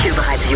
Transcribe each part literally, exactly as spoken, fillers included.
Cube Radio.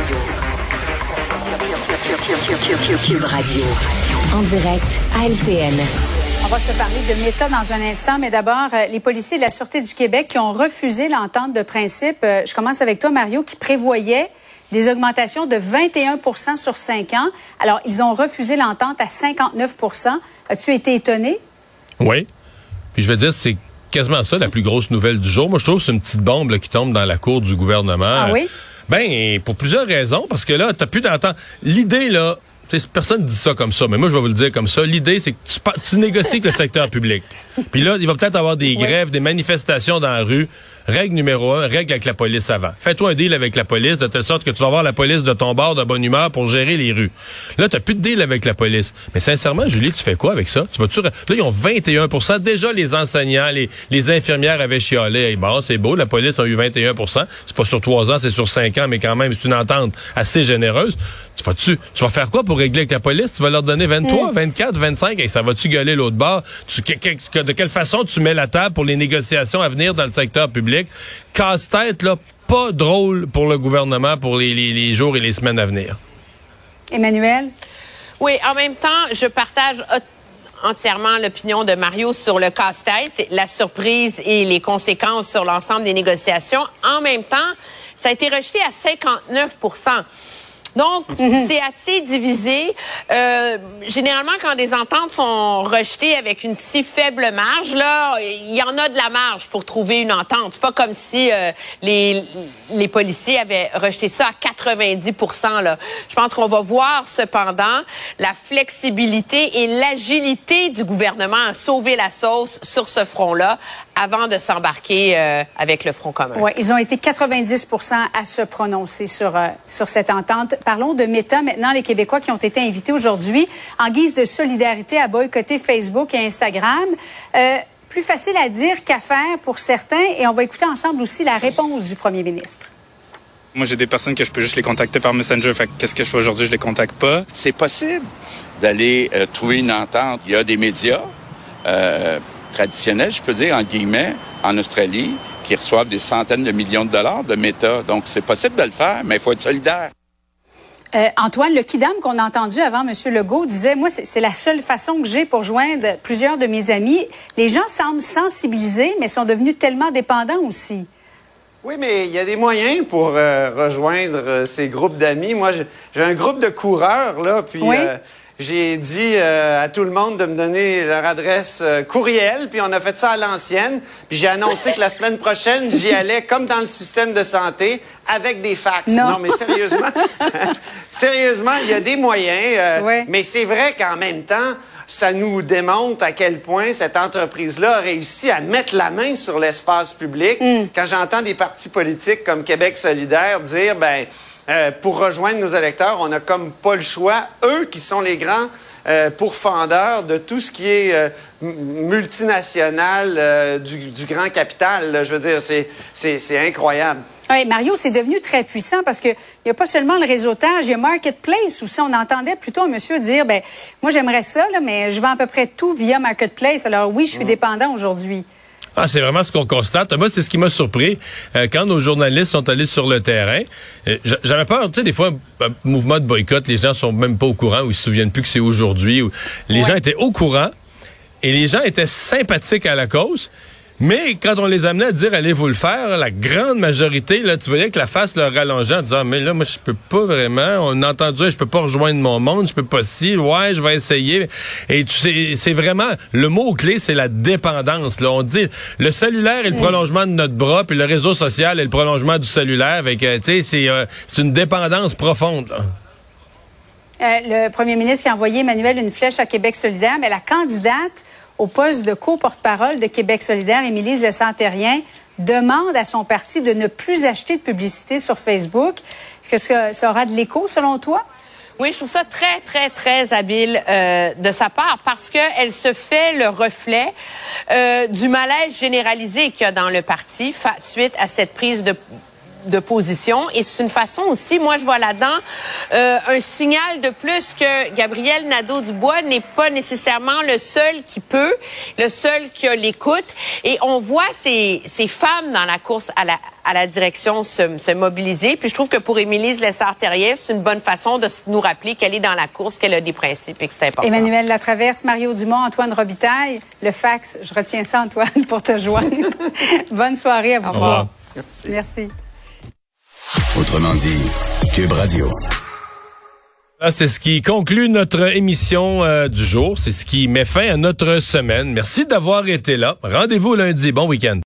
Cube Radio. En direct à L C N. On va se parler de méthode dans un instant, mais d'abord, euh, les policiers de la Sûreté du Québec qui ont refusé l'entente de principe. Euh, je commence avec toi, Mario, qui prévoyait des augmentations de vingt et un pour cent sur cinq ans. Alors, ils ont refusé l'entente à cinquante-neuf pour cent. As-tu été étonné? Oui. Puis je vais dire, c'est quasiment ça la plus grosse nouvelle du jour. Moi, je trouve que c'est une petite bombe là, qui tombe dans la cour du gouvernement. Ah oui? Ben, pour plusieurs raisons, parce que là, t'as plus d'entente. L'idée, là, personne dit ça comme ça, mais moi, je vais vous le dire comme ça. L'idée, c'est que tu, tu négocies avec le secteur public. Puis là, il va peut-être avoir des grèves, des manifestations dans la rue. Règle numéro un, règle avec la police avant. Fais-toi un deal avec la police de telle sorte que tu vas avoir la police de ton bord de bonne humeur pour gérer les rues. Là, t'as plus de deal avec la police. Mais sincèrement, Julie, tu fais quoi avec ça? Tu vas-tu... Là, ils ont vingt et un pour cent. Déjà, les enseignants, les, les infirmières avaient chialé. Hey, bon, c'est beau, la police a eu vingt et un pour cent. C'est pas sur trois ans, c'est sur cinq ans, mais quand même, c'est une entente assez généreuse. Tu vas-tu, tu vas faire quoi pour régler avec la police? Tu vas leur donner vingt-trois, vingt-quatre, vingt-cinq? Et ça va-tu gueuler l'autre bord? Tu, que, que, de quelle façon tu mets la table pour les négociations à venir dans le secteur public? Casse-tête, là, pas drôle pour le gouvernement pour les, les, les jours et les semaines à venir. Emmanuel? Oui, en même temps, je partage entièrement l'opinion de Mario sur le casse-tête, la surprise et les conséquences sur l'ensemble des négociations. En même temps, ça a été rejeté à cinquante-neuf pour cent. Donc, mm-hmm. c'est assez divisé. Euh, généralement, quand des ententes sont rejetées avec une si faible marge, là, il y en a de la marge pour trouver une entente. C'est pas comme si euh, les, les policiers avaient rejeté ça à quatre-vingt-dix pour cent. Là. Je pense qu'on va voir, cependant, la flexibilité et l'agilité du gouvernement à sauver la sauce sur ce front-là avant de s'embarquer euh, avec le Front commun. Oui, ils ont été quatre-vingt-dix pour cent à se prononcer sur, euh, sur cette entente. Parlons de Meta maintenant, les Québécois qui ont été invités aujourd'hui en guise de solidarité à boycotter Facebook et Instagram. Euh, plus facile à dire qu'à faire pour certains, et on va écouter ensemble aussi la réponse du premier ministre. Moi, j'ai des personnes que je peux juste les contacter par Messenger. Fait que qu'est-ce que je fais aujourd'hui? Je les contacte pas. C'est possible d'aller euh, trouver une entente. Il y a des médias euh, traditionnels, je peux dire, en guillemets, en Australie, qui reçoivent des centaines de millions de dollars de Meta. Donc, c'est possible de le faire, mais il faut être solidaire. Euh, Antoine, le Kidam qu'on a entendu avant, M. Legault, disait, moi, c'est, c'est la seule façon que j'ai pour joindre plusieurs de mes amis. Les gens semblent sensibilisés, mais sont devenus tellement dépendants aussi. Oui, mais il y a des moyens pour euh, rejoindre euh, ces groupes d'amis. Moi, j'ai, j'ai un groupe de coureurs, là, puis oui. euh, j'ai dit euh, à tout le monde de me donner leur adresse euh, courriel, puis on a fait ça à l'ancienne. Puis j'ai annoncé que la semaine prochaine, j'y allais comme dans le système de santé, avec des fax. Non, non mais sérieusement, sérieusement, il y a des moyens. Euh, oui. Mais c'est vrai qu'en même temps, ça nous démontre à quel point cette entreprise-là a réussi à mettre la main sur l'espace public. Mm. Quand j'entends des partis politiques comme Québec solidaire dire, ben, euh, pour rejoindre nos électeurs, on n'a comme pas le choix. Eux qui sont les grands euh, pourfendeurs de tout ce qui est euh, multinational euh, du, du grand capital. Là, je veux dire, c'est, c'est, c'est incroyable. Oui, Mario, c'est devenu très puissant parce que il n'y a pas seulement le réseautage, il y a Marketplace aussi. On entendait plutôt un monsieur dire, ben moi j'aimerais ça, là, mais je vends à peu près tout via Marketplace. Alors oui, je suis mmh. dépendant aujourd'hui. Ah, c'est vraiment ce qu'on constate. Moi, c'est ce qui m'a surpris euh, quand nos journalistes sont allés sur le terrain. Euh, j'avais peur, tu sais, des fois, un mouvement de boycott, les gens sont même pas au courant ou ils se souviennent plus que c'est aujourd'hui. Ou... Les ouais. gens étaient au courant et les gens étaient sympathiques à la cause. Mais quand on les amenait à dire allez vous le faire, la grande majorité, là, tu voyais que la face leur rallongeait en disant mais là moi je peux pas vraiment, on a entendu je peux pas rejoindre mon monde, je peux pas si, ouais je vais essayer. Et tu sais, c'est vraiment le mot clé, c'est la dépendance. Là, on dit le cellulaire est le prolongement de notre bras, puis le réseau social est le prolongement du cellulaire. Avec, tu sais, c'est euh, c'est une dépendance profonde. Là. Euh, le premier ministre qui a envoyé Emmanuel une flèche à Québec solidaire, mais la candidate au poste de co-porte-parole de Québec solidaire, Émilie Santérien, demande à son parti de ne plus acheter de publicité sur Facebook. Est-ce que ça aura de l'écho, selon toi? Oui, je trouve ça très, très, très habile euh, de sa part parce qu'elle se fait le reflet euh, du malaise généralisé qu'il y a dans le parti fa- suite à cette prise de de position. Et c'est une façon aussi, moi je vois là-dedans, euh, un signal de plus que Gabriel Nadeau-Dubois n'est pas nécessairement le seul qui peut, le seul qui a l'écoute. Et on voit ces, ces femmes dans la course à la, à la direction se, se mobiliser. Puis je trouve que pour Émilie Lessard-Terrien, c'est une bonne façon de nous rappeler qu'elle est dans la course, qu'elle a des principes et que c'est important. Emmanuel Latraverse, Mario Dumont, Antoine Robitaille, le fax, je retiens ça, Antoine, pour te joindre. Bonne soirée à vous trois. Merci. Merci. Autrement dit, Cube Radio. Là, c'est ce qui conclut notre émission euh, du jour. C'est ce qui met fin à notre semaine. Merci d'avoir été là. Rendez-vous lundi. Bon week-end.